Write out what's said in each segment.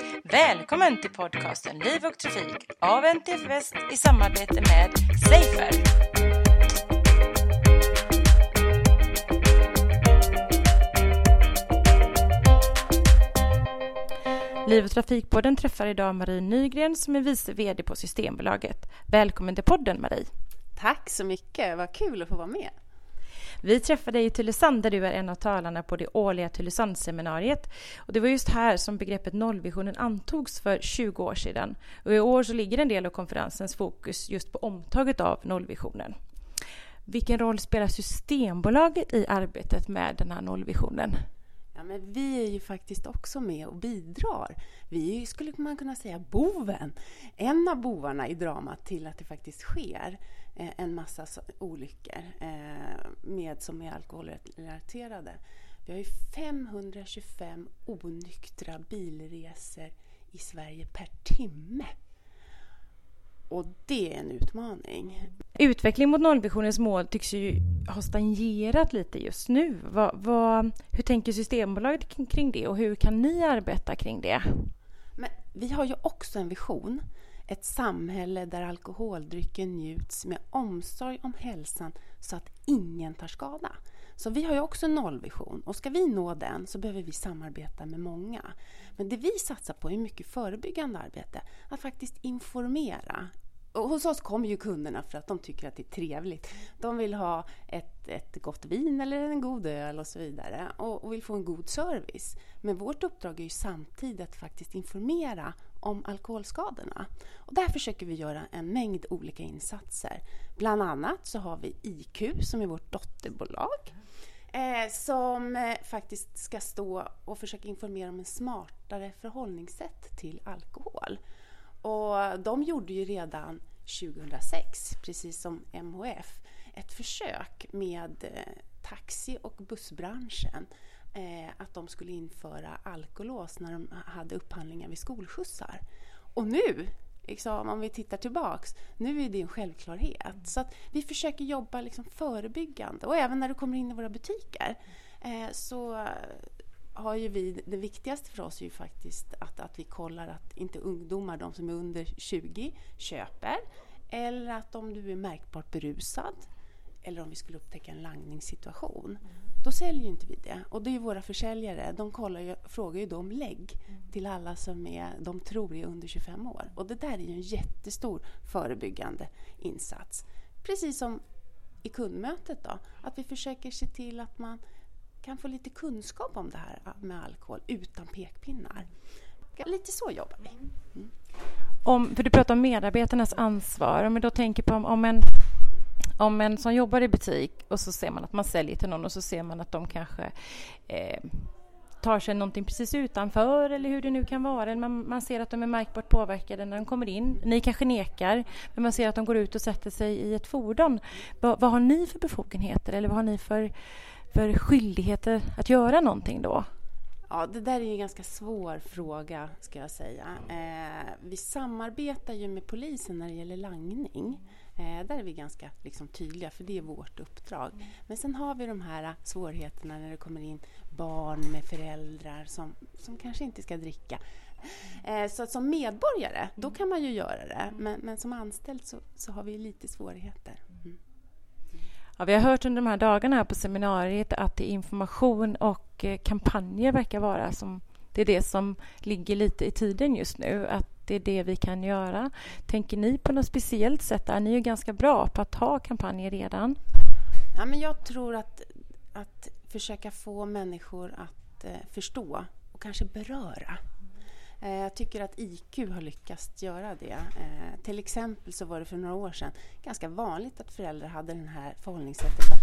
Välkommen till podcasten Liv och Trafik av NTF Väst i samarbete med Safer. Liv och Trafikpodden träffar idag Marie Nygren som är vice vd på Systembolaget. Välkommen till podden, Marie. Tack så mycket, vad kul att få vara med. Vi träffade dig i Tylösand där du är en av talarna på det årliga Tylösandseminariet. Och det var just här som begreppet nollvisionen antogs för 20 år sedan. Och i år så ligger en del av konferensens fokus just på omtaget av nollvisionen. Vilken roll spelar Systembolaget i arbetet med den här nollvisionen? Ja, men vi är ju faktiskt också med och bidrar. Vi är, skulle man kunna säga, boven. En av bovarna i dramat till att det faktiskt sker en massa olyckor som är alkoholrelaterade. Vi har ju 525 onyktra bilresor i Sverige per timme. Och det är en utmaning. Utveckling mot nollvisionens mål tycks ju ha stagnerat lite just nu. Hur tänker Systembolaget kring det och hur kan ni arbeta kring det? Men vi har ju också en vision. Ett samhälle där alkoholdrycken njuts med omsorg om hälsan så att ingen tar skada. Så vi har ju också en nollvision och ska vi nå den så behöver vi samarbeta med många. Men det vi satsar på är mycket förebyggande arbete. Att faktiskt informera. Och hos oss kommer ju kunderna för att de tycker att det är trevligt. De vill ha ett gott vin eller en god öl och så vidare. Och vill få en god service. Men vårt uppdrag är ju samtidigt att faktiskt informera om alkoholskadorna. Och där försöker vi göra en mängd olika insatser. Bland annat så har vi IQ som är vårt dotterbolag. Som faktiskt ska stå och försöka informera om en smartare förhållningssätt till alkohol. Och de gjorde ju redan 2006, precis som MHF, ett försök med taxi- och bussbranschen att de skulle införa alkolås när de hade upphandlingar vid skolskjutsar. Och nu, liksom, om vi tittar tillbaks, nu är det en självklarhet. Så att vi försöker jobba liksom förebyggande. Och även när du kommer in i våra butiker så har ju vi, det viktigaste för oss är ju faktiskt att vi kollar att inte ungdomar, de som är under 20, köper. Eller att om du är märkbart berusad eller om vi skulle upptäcka en langningssituation, då säljer ju inte vi det. Och det är ju våra försäljare, de frågar ju då om lägg till alla som de tror är under 25 år. Och det där är ju en jättestor förebyggande insats. Precis som i kundmötet då, att vi försöker se till att man kan få lite kunskap om det här med alkohol utan pekpinnar. Lite så jobbar vi. För du pratar om medarbetarnas ansvar. Om vi då tänker på om en som jobbar i butik och så ser man att man säljer till någon och så ser man att de kanske tar sig någonting precis utanför eller hur det nu kan vara. Man ser att de är märkbart påverkade när de kommer in. Ni kanske nekar, men man ser att de går ut och sätter sig i ett fordon. Vad har ni för befogenheter eller vad har ni för skyldigheter att göra någonting då? Ja, det där är ju en ganska svår fråga ska jag säga. Vi samarbetar ju med polisen när det gäller langning. Där är vi ganska tydliga för det är vårt uppdrag. Men sen har vi de här svårigheterna när det kommer in barn med föräldrar som kanske inte ska dricka. Så att som medborgare, då kan man ju göra det. Men som anställd så har vi lite svårigheter. Ja, vi har hört under de här dagarna här på seminariet att information och kampanjer verkar vara det är det som ligger lite i tiden just nu. Att det är det vi kan göra. Tänker ni på något speciellt sätt? Är ni ju ganska bra på att ha kampanjer redan? Ja, men jag tror att försöka få människor att förstå och kanske beröra. Jag tycker att IQ har lyckats göra det. Till exempel så var det för några år sedan ganska vanligt att föräldrar hade den här förhållningssättet att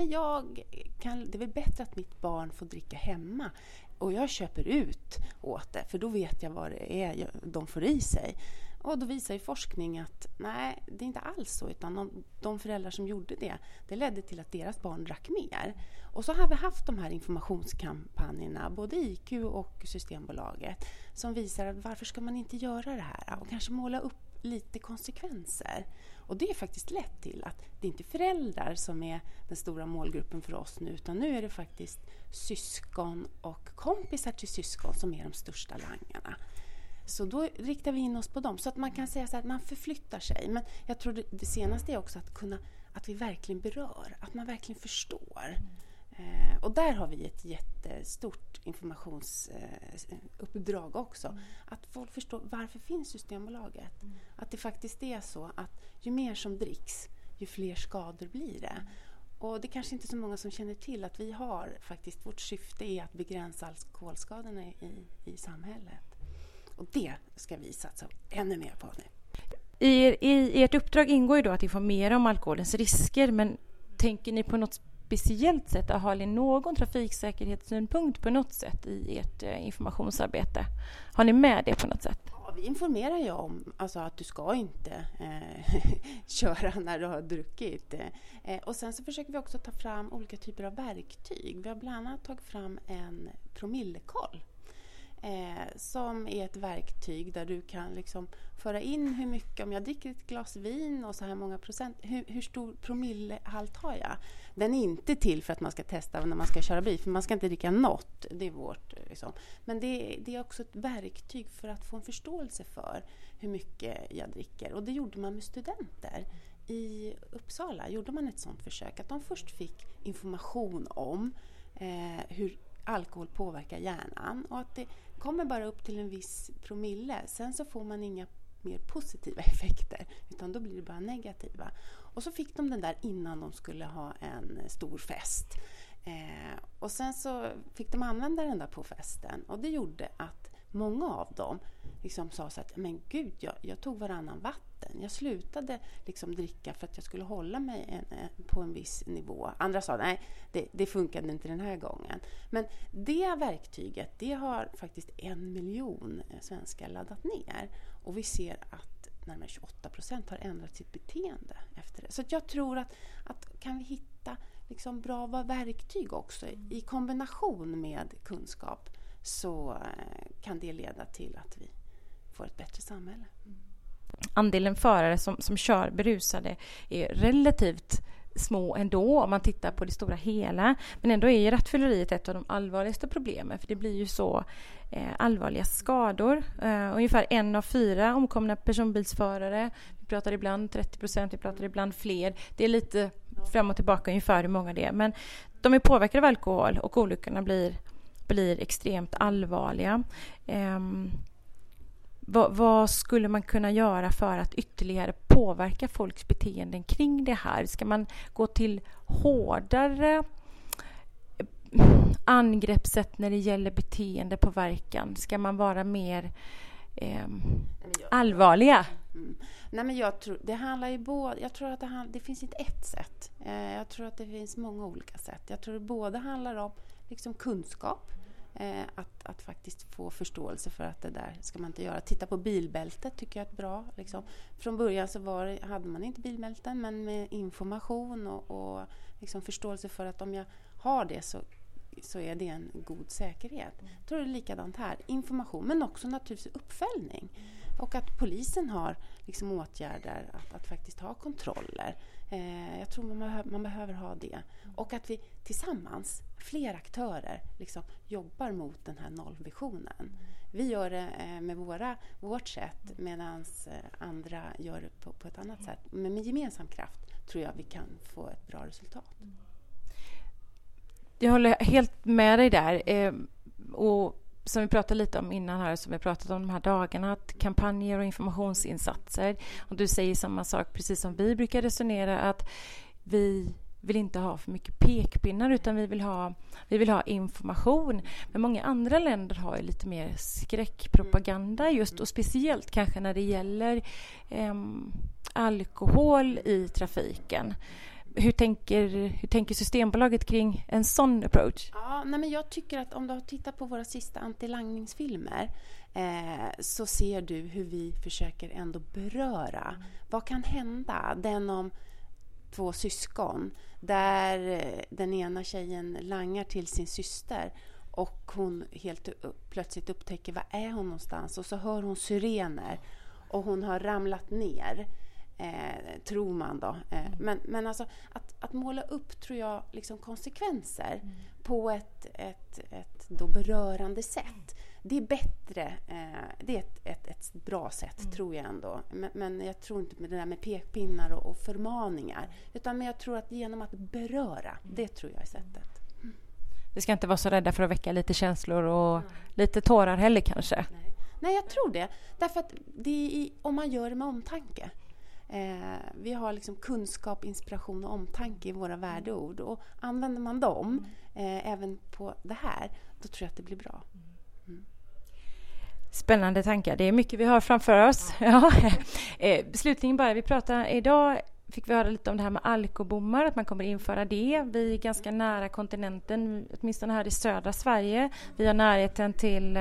det är väl bättre att mitt barn får dricka hemma och jag köper ut åt det för då vet jag vad det är de får i sig. Och då visar ju forskning att nej, det är inte alls så, utan de föräldrar som gjorde det ledde till att deras barn drack mer. Och så har vi haft de här informationskampanjerna, både IQ och Systembolaget, som visar att varför ska man inte göra det här och kanske måla upp lite konsekvenser. Och det är faktiskt lätt till att det är inte föräldrar som är den stora målgruppen för oss nu, utan nu är det faktiskt syskon och kompisar till syskon som är de största langarna. Så då riktar vi in oss på dem. Så att man kan säga så här, att man förflyttar sig. Men jag tror det senaste är också att vi verkligen berör. Att man verkligen förstår. Och där har vi ett jättestort informationsuppdrag också. Att folk förstår varför finns Systembolaget. Att det faktiskt är så att ju mer som dricks, ju fler skador blir det. Och det kanske inte är så många som känner till att vi har faktiskt, vårt syfte är att begränsa alkoholskadorna i samhället. Och det ska vi satsa ännu mer på nu. I ert uppdrag ingår ju då att informera om alkoholens risker, men tänker ni på något speciellt sätt? Har ni någon trafiksäkerhetssynpunkt på något sätt i ert informationsarbete? Har ni med det på något sätt? Ja, vi informerar ju om att du ska inte köra när du har druckit. Och sen så försöker vi också ta fram olika typer av verktyg. Vi har bland annat tagit fram en promillekoll. Som är ett verktyg där du kan liksom föra in hur mycket, om jag dricker ett glas vin och så här många procent, hur stor promillehalt har jag? Den är inte till för att man ska testa när man ska köra bil, för man ska inte dricka något, det är vårt liksom. Men det är också ett verktyg för att få en förståelse för hur mycket jag dricker. Och det gjorde man med studenter. I Uppsala gjorde man ett sånt försök, att de först fick information om hur alkohol påverkar hjärnan och att det kommer bara upp till en viss promille. Sen så får man inga mer positiva effekter, utan då blir det bara negativa. Och så fick de den där innan de skulle ha en stor fest. Och sen så fick de använda den där på festen. Och det gjorde att många av dem liksom sa så att, men gud, jag tog varannan vatten. Jag slutade liksom dricka för att jag skulle hålla mig på en viss nivå. Andra sa, nej, det funkade inte den här gången. Men det verktyget, det har faktiskt 1 miljon svenskar laddat ner. Och vi ser att närmare 28% har ändrat sitt beteende efter det. Så att jag tror att kan vi hitta liksom bra verktyg också i kombination med kunskap, så kan det leda till att vi får ett bättre samhälle. Andelen förare som kör berusade är relativt små ändå om man tittar på det stora hela. Men ändå är ju rattfylleriet ett av de allvarligaste problemen, för det blir ju så allvarliga skador. Ungefär 1 av 4 omkomna personbilsförare. Vi pratar ibland 30%, vi pratar ibland fler. Det är lite fram och tillbaka ungefär hur många det är. Men de är påverkade av alkohol och olyckorna blir extremt allvarliga. Vad skulle man kunna göra för att ytterligare påverka folks beteenden kring det här? Ska man gå till hårdare angreppssätt när det gäller beteendepåverkan? Ska man vara mer allvarliga? Nej, men jag tror det handlar ju både. Jag tror att det finns inte ett sätt. Jag tror att det finns många olika sätt. Jag tror det både handlar om liksom kunskap. Att faktiskt få förståelse för att det där ska man inte göra. Titta på bilbältet tycker jag är ett bra. Liksom. Från början så hade man inte bilbälten, men med information och liksom förståelse för att om jag har det så är det en god säkerhet. Jag tror det är likadant här. Information, men också naturligtvis uppföljning. Och att polisen har liksom åtgärder att faktiskt ha kontroller. Jag tror man behöver ha det. Och att vi tillsammans, fler aktörer, liksom jobbar mot den här nollvisionen. Vi gör det med vårt sätt, medan andra gör det på ett annat sätt. Men med gemensam kraft tror jag vi kan få ett bra resultat. Jag håller helt med dig där. Och som vi pratade lite om innan här, som vi pratat om de här dagarna, att kampanjer och informationsinsatser. Och du säger samma sak precis som vi brukar resonera, att vi vill inte ha för mycket pekpinnar, utan vi vill ha information. Men många andra länder har ju lite mer skräckpropaganda just, och speciellt kanske när det gäller alkohol i trafiken. Hur tänker Systembolaget kring en sån approach? Ja, men jag tycker att om du har tittat på våra sista antilangningsfilmer så ser du hur vi försöker ändå beröra. Vad kan hända? Den om 2 syskon där den ena tjejen langar till sin syster och hon helt plötsligt upptäcker var är hon någonstans, och så hör hon syrener och hon har ramlat ner. tror man då. Men alltså att måla upp, tror jag, liksom konsekvenser på ett då berörande sätt. Det är bättre, det är ett bra sätt, tror jag ändå. Men jag tror inte med det där med pekpinnar och förmaningar. Utan men jag tror att genom att beröra, det tror jag är sättet. Vi ska inte vara så rädda för att väcka lite känslor och lite tårar heller kanske. Nej, jag tror det. Därför att om man gör det med omtanke. Vi har liksom kunskap, inspiration och omtanke i våra värdeord. Och använder man dem även på det här, då tror jag att det blir bra. Spännande tankar. Det är mycket vi har framför oss. Ja. Slutligen bara, idag fick vi höra lite om det här med alkobommar, att man kommer införa det. Vi är ganska nära kontinenten, åtminstone här i södra Sverige. Vi har närheten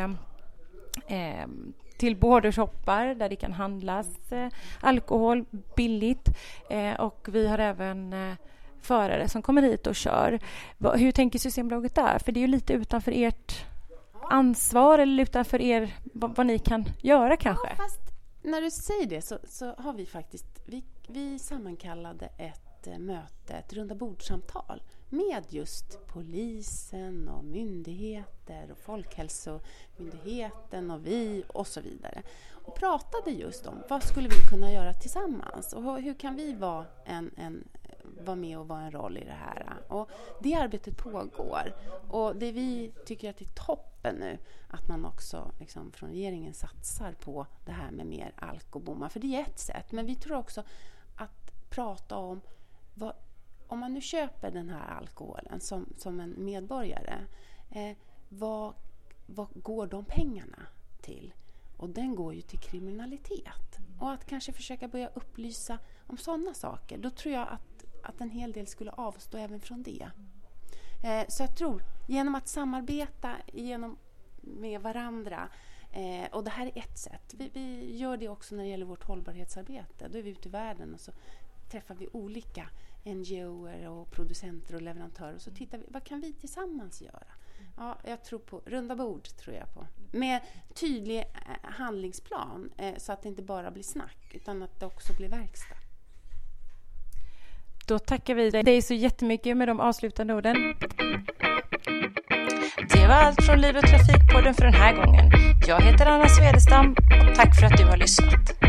till bordershoppar där det kan handlas alkohol billigt. Och vi har även förare som kommer hit och kör. Hur tänker Systembolaget där? För det är ju lite utanför ert ansvar eller utanför er vad ni kan göra kanske. Ja, fast när du säger det så har vi faktiskt vi sammankallade ett möte, ett rundabordssamtal med just polisen och myndigheter och Folkhälsomyndigheten och vi och så vidare. Och pratade just om vad skulle vi kunna göra tillsammans och hur kan vi vara vara med och vara en roll i det här. Och det arbetet pågår. Och det vi tycker att det är toppen nu, att man också liksom från regeringen satsar på det här med mer alkobommar. För det är ett sätt. Men vi tror också att prata om om man nu köper den här alkoholen som en medborgare, vad går de pengarna till? Och den går ju till kriminalitet. Och att kanske försöka börja upplysa om sådana saker. Då tror jag att en hel del skulle avstå även från det. Så jag tror, genom att samarbeta med varandra, och det här är ett sätt. Vi gör det också när det gäller vårt hållbarhetsarbete. Då är vi ute i världen och så träffar vi olika NGO:er och producenter och leverantörer. Och så tittar vi, vad kan vi tillsammans göra? Ja, jag tror på runda bord, tror jag på. Med tydlig handlingsplan, så att det inte bara blir snack utan att det också blir verkstad. Då tackar vi dig så jättemycket med de avslutande orden. Det var allt från Liv och Trafikpodden för den här gången. Jag heter Anna Svedestam och tack för att du har lyssnat.